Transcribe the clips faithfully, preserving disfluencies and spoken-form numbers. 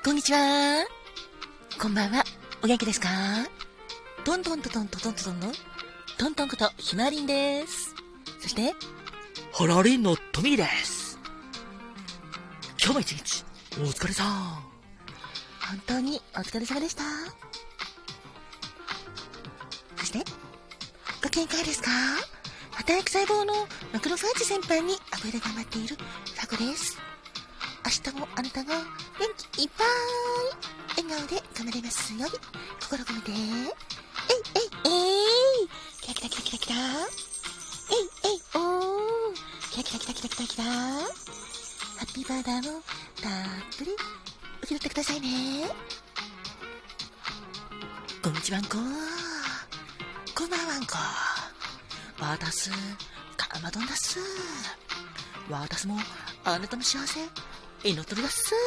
こんにちは。こんばんは。お元気ですか？トントントントントントントントントンことひまわりんです。そしてハラリンのトミーです。今日も一日お疲れさん。 本当にお疲れ様でした。そしてご機嫌いかがですか？働く細胞のマクロファージ先輩に憧れ頑張っているファコです。明日もあなたが元気いっぱい笑顔で頑張れますように心込めて。えいえいえいキラキラキラキラキラえいえいおーキラキラキラキラキラキラハッピーバーダーをたっぷり受け取ってくださいね。こんにちはんここんばんはんこわたすかまどんだす。わたすもあなたの幸せ祈っとりだす。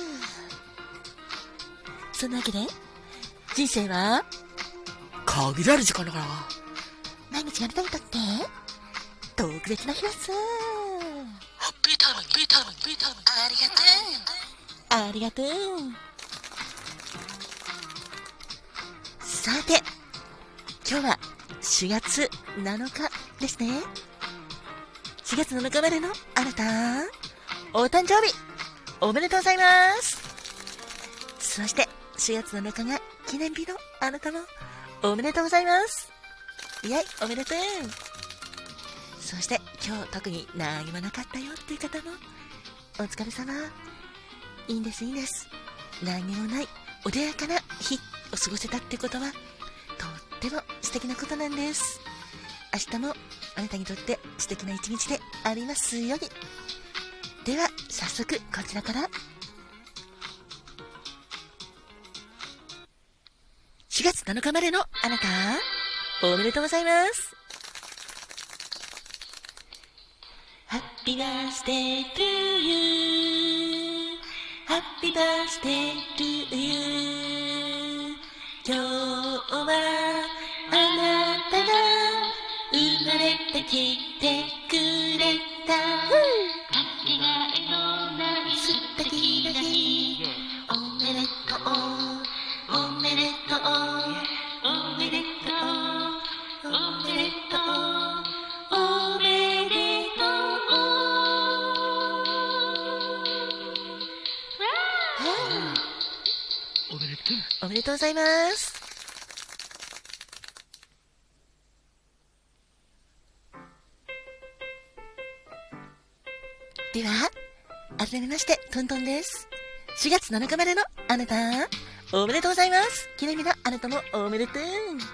そんなわけで人生は限られる時間だから毎日があなたにとって特別な日です。 ハッピータイムハッピータイムハッピータイムありがとうありがとう。さて今日はしがつなのかですね。しがつなのかまでのあなたお誕生日おめでとうございます。そしてしがつなのかが記念日のあなたもおめでとうございます。イエイおめでとう。そして今日特に何もなかったよっていう方もお疲れ様。いいんですいいんです。何もない穏やかな日を過ごせたってことはとっても素敵なことなんです。明日もあなたにとって素敵な一日でありますように。では早速こちらからしがつなのかまでのあなたおめでとうございます。ハッピーバースデートゥーユーハッピーバースデートゥーユー今日はあなたが生まれてきてくれたかけがえのない素敵な日おめでとうおめでとうおめでとうおめでとうおめでとうおめでとうおめでとうございます。では改めましてトントンです。しがつなのかまでのあなたおめでとうございます。記念日のあなたもおめでとう。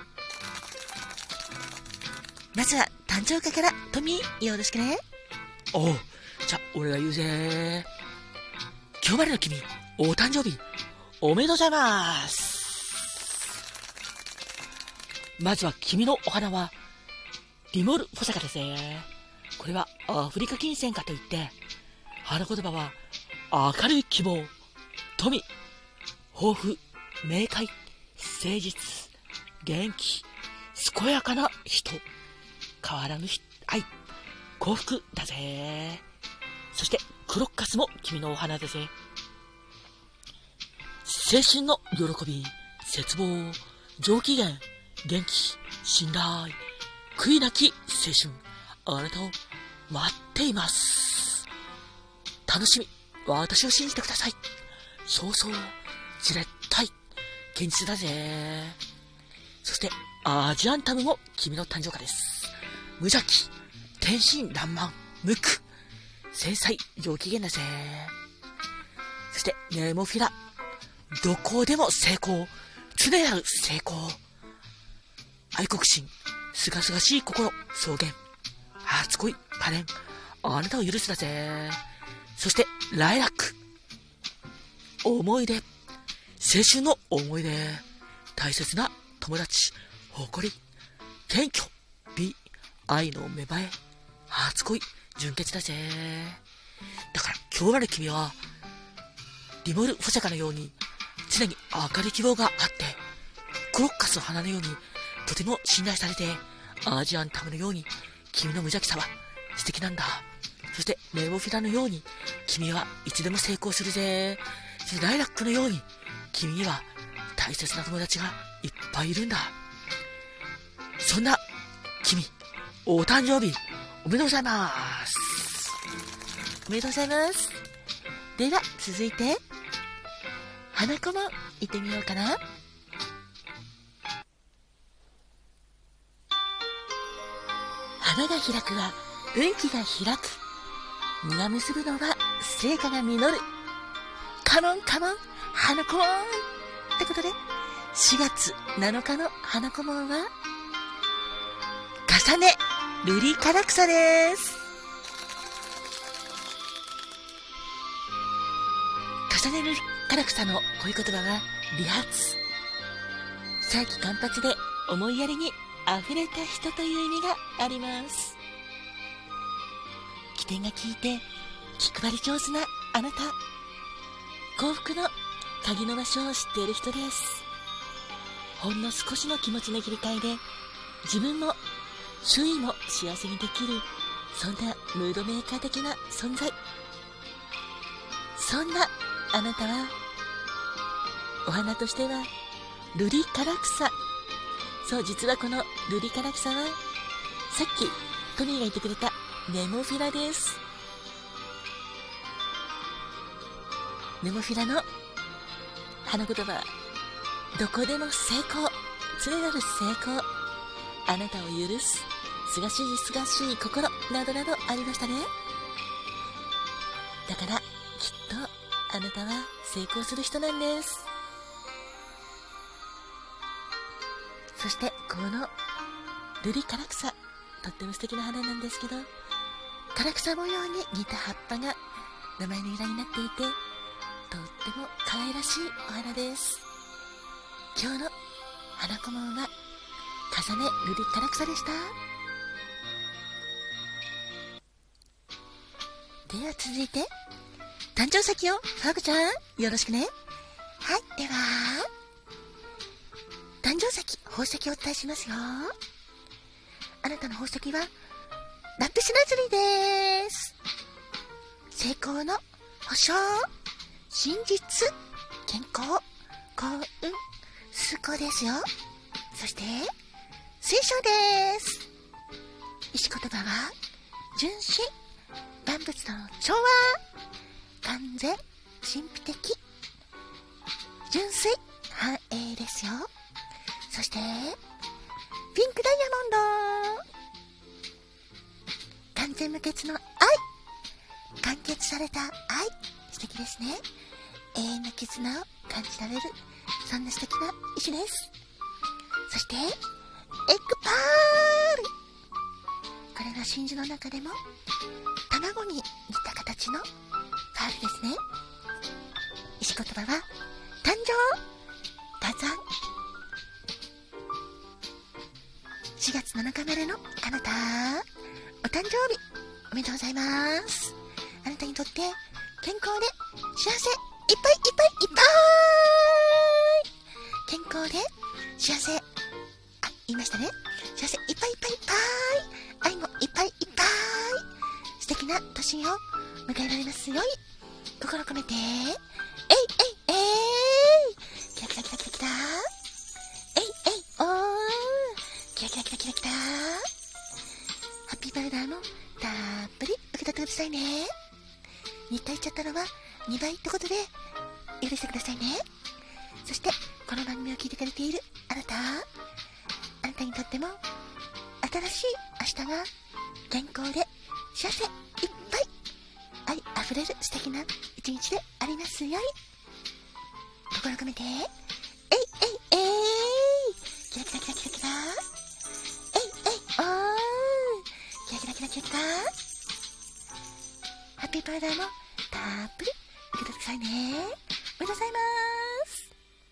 まずは誕生日からトミーよろしくね。 おうじゃあ俺が言うぜ。今日までの君お誕生日おめでとうございます。まずは君のお花はリモルフォサカですね。これはアフリカキンセンカといって花言葉は明るい希望、富、抱負、明快、誠実、元気、健やかな人、変わらぬ愛、幸福だぜ。そしてクロッカスも君のお花だぜ。精神の喜び、絶望、上機嫌、元気、信頼、悔いなき青春、あなたを待っています。楽しみ、私を信じてください。そうそう、絶対、現実だぜ。そしてアジアンタムも君の誕生日です。無邪気、天真爛漫、無垢、繊細、上機嫌だぜ。そしてネモフィラ、どこでも成功、常なる成功、愛国心、すがすがしい心、草原、初恋、可憐、あなたを許すだぜ。そしてライラック、思い出、青春の思い出、大切な友達、誇り、謙虚、美、愛の芽生え、初恋、純潔だぜ。だから今日まで君はリモルフォサカのように常に明るい希望があって、クロッカスの花のようにとても信頼されて、アジアンタムのように君の無邪気さは素敵なんだ。そしてネモフィラのように君はいつでも成功するぜ。 実ライラックのように君には大切な友達がいっぱいいるんだ。そんな君、お誕生日おめでとうございます。 おめでとうございます。では続いて花子も行ってみようかな。花が開くは運気が開く。実が結ぶのは成果が実る。カモンカモン花子もんってことで、しがつなのかの花子もんは重ね瑠璃唐草です。重ね瑠璃唐草の恋言葉は理髪。再起間髪で思いやりに溢れた人という意味があります。起点が効いて気配り上手なあなた、幸福の鍵の場所を知っている人です。ほんの少しの気持ちの切り替えで自分も周囲も幸せにできる、そんなムードメーカー的な存在。そんなあなたはお花としては瑠璃唐草。そう、実はこの瑠璃唐草はさっきトミーが言ってくれたネモフィラです。ネモフィラの花言葉はどこでも成功、常なる成功、あなたを許すすがしいすがしい心などなどありましたね。だからきっとあなたは成功する人なんです。そしてこの瑠璃唐草、とっても素敵な花なんですけど、唐草模様に似た葉っぱが名前の由来になっていて、とっても可愛らしいお花です。今日の花子もんは重ね瑠璃唐草でした。では続いて誕生石をファグちゃんよろしくね。はい、では誕生石、宝石をお伝えしますよ。あなたの宝石はラピスラズリです。成功の保証、真実、健康、幸運、健康ですよ。そして水晶です。石言葉は純真、万物との調和、完全、神秘的、純粋、繁栄ですよ。そしてピンクダイヤモンド、完全無欠の愛、完結された愛、素敵ですね。永遠の絆を感じられる、そんな素敵な石です。そしてエッグパール、これが真珠の中でも卵に似た形のパールですね。石言葉は誕生、多産。しがつなのか生まれのあなた、お誕生日おめでとうございます。あなたにとって健康で幸せいっぱいいっぱいいっぱい、健康で幸せ、あ、言いましたね。幸せいっぱいいっぱいいっぱい、愛もいっぱいいっぱい、素敵な年を迎えられますように心込めて、えいえいえい、キラキラキラキラキラ、えいえいおー、キラキラキラキラキラ、ハッピーバーダーもたっぷり受け取ってくださいね。にかい言っちゃったのはにばいってことで許してくださいね。そしてこの番組を聞いてくれているあなた、あなたにとっても新しい明日が健康で幸せいっぱい、愛あふれる素敵な一日でありますように心込めて、えいえいえい、キラキラキラキラキラ、えいえいおー、キラキラキラキラキラ、ハッピーパウダーもたっぷり受け取ってくださいね。おめでとうございます。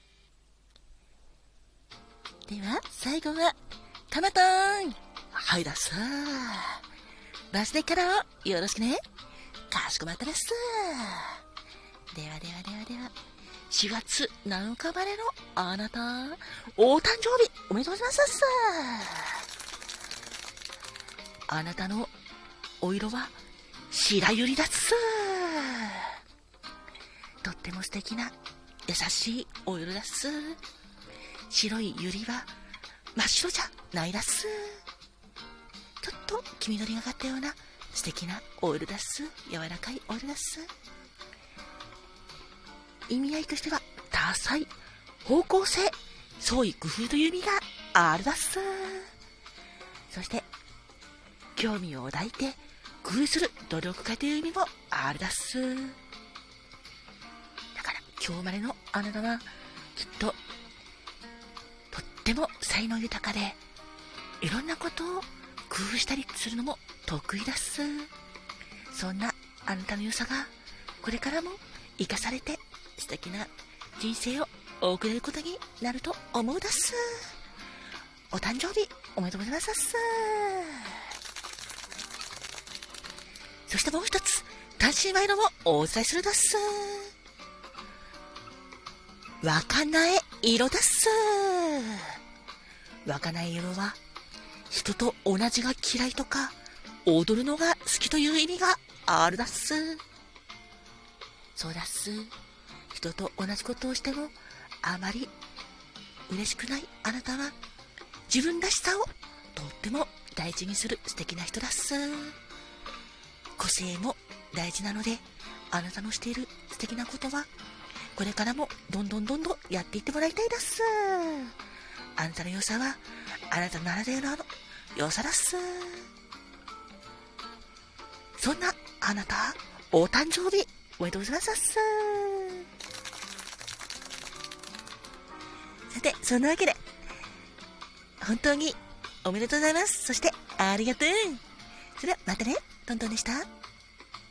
では最後はかまとん、はいだっす、バースデーカラーをよろしくね。かしこまったです。ではではではではしがつなのか生まれのあなた、お誕生日おめでとうございます。あなたのお色は白百合だっす。 とっても素敵な優しいお色だっす。白いユリは真っ白じゃないだっす。ちょっと黄緑がかったような素敵なお色だっす。柔らかいお色だっす。意味合いとしては多彩、方向性、創意工夫という意味があるだっす。そして興味を抱いて工夫する努力家という意味もあるだっす。だから今日までのあなたはきっととっても才能豊かで、いろんなことを工夫したりするのも得意だっす。そんなあなたの良さがこれからも生かされて素敵な人生を送れることになると思うだっす。お誕生日おめでとうございますっす。そしてもう一つ単身ワイドもお伝えするだっす。わかない色だっす。わかない色は人と同じが嫌いとか踊るのが好きという意味があるだっす。そうだっす。人と同じことをしてもあまり嬉しくないあなたは自分らしさをとっても大事にする素敵な人だっす。個性も大事なので、あなたのしている素敵なことはこれからもどんどんどんどんやっていってもらいたいだっす。あなたの良さはあなたならではの良さだっす。そんなあなたお誕生日おめでとうございますっす。さてそんなわけで本当におめでとうございます。そしてありがとう。それではまたね。トントンでした。